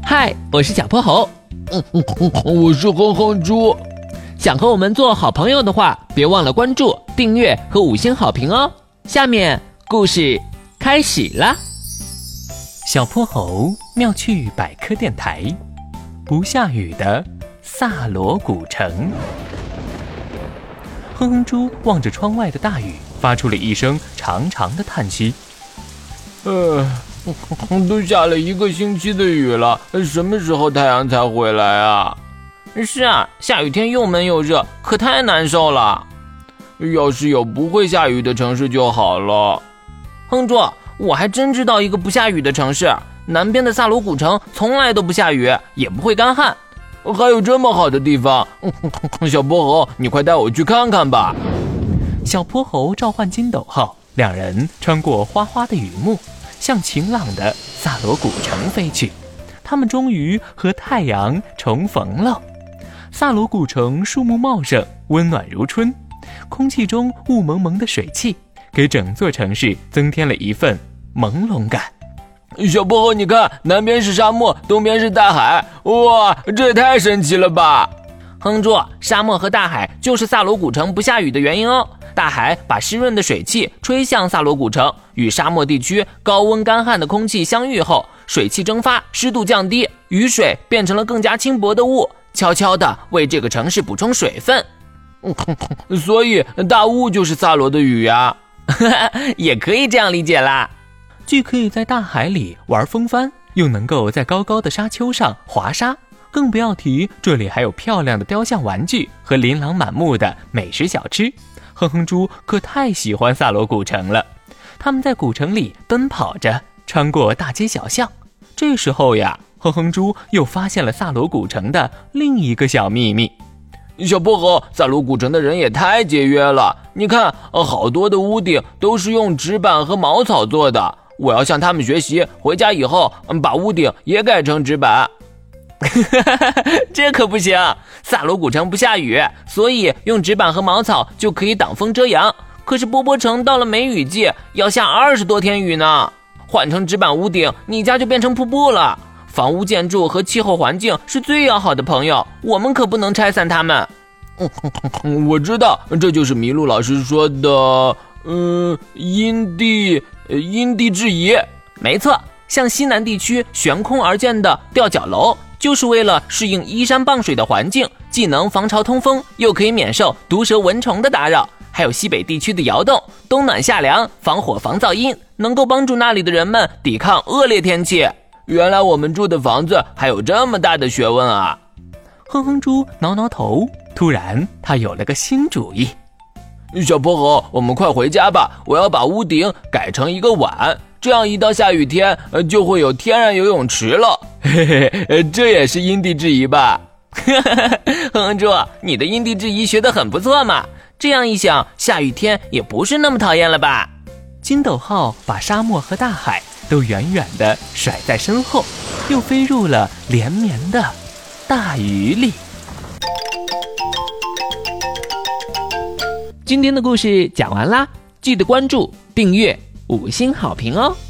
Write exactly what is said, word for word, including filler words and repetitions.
嗨，我是小泼猴。 嗯嗯嗯，我是哼哼猪。 想和我们做好朋友的话，别忘了关注、订阅和五星好评哦。下面故事开始啦。 小泼猴妙趣百科电台，不下雨的萨罗古城。哼哼猪望着窗外的大雨，发出了一声长长的叹息。 呃，都下了一个星期的雨了，什么时候太阳才回来啊？ 是啊，下雨天又闷又热，可太难受了。 要是有不会下雨的城市就好了。 哼猪，我还真知道一个不下雨的城市，南边的萨罗古城从来都不下雨，也不会干旱。 还有这么好的地方？小泼猴，你快带我去看看吧。 小泼猴召唤金斗号，两人穿过哗哗的雨幕，向晴朗的萨罗古城飞去。他们终于和太阳重逢了。萨罗古城树木茂盛，温暖如春，空气中雾蒙蒙的水汽给整座城市增添了一份朦胧感。 小泼猴，你看，南边是沙漠，东边是大海，哇，这也太神奇了吧！ 哼猪，沙漠和大海就是萨罗古城不下雨的原因哦。大海把湿润的水汽吹向萨罗古城，与沙漠地区高温干旱的空气相遇后，水汽蒸发，湿度降低，雨水变成了更加轻薄的雾，悄悄地为这个城市补充水分。 所以大雾就是萨罗的雨呀， 也可以这样理解啦。 既可以在大海里玩风帆，又能够在高高的沙丘上滑沙，更不要提这里还有漂亮的雕像玩具和琳琅满目的美食小吃。哼哼猪可太喜欢萨罗古城了，他们在古城里奔跑着，穿过大街小巷。这时候呀，哼哼猪又发现了萨罗古城的另一个小秘密。 小泼猴，萨罗古城的人也太节约了，你看，好多的屋顶都是用纸板和茅草做的。我要向他们学习，回家以后把屋顶也改成纸板。 这可不行，萨罗古城不下雨，所以用纸板和茅草就可以挡风遮阳。可是波波城到了梅雨季，要下二十多天雨呢。换成纸板屋顶，你家就变成瀑布了。房屋建筑和气候环境是最要好的朋友，我们可不能拆散它们。 我知道，这就是麋鹿老师说的，嗯、呃，因地因地制宜。 没错，像西南地区悬空而建的吊脚楼，就是为了适应依山傍水的环境，既能防潮通风，又可以免受毒蛇蚊虫的打扰。还有西北地区的窑洞，冬暖夏凉，防火防噪音，能够帮助那里的人们抵抗恶劣天气。 原来我们住的房子还有这么大的学问啊！ 哼哼猪挠挠头，突然他有了个新主意。 小泼猴，我们快回家吧，我要把屋顶改成一个碗，这样一到下雨天就会有天然游泳池了。嘿嘿，这也是因地制宜吧？ 哼哼猪，你的因地制宜学得很不错嘛。这样一想，下雨天也不是那么讨厌了吧？ 金斗号把沙漠和大海都远远地甩在身后，又飞入了连绵的大雨里。 今天的故事讲完啦，记得关注、订阅、五星好评哦。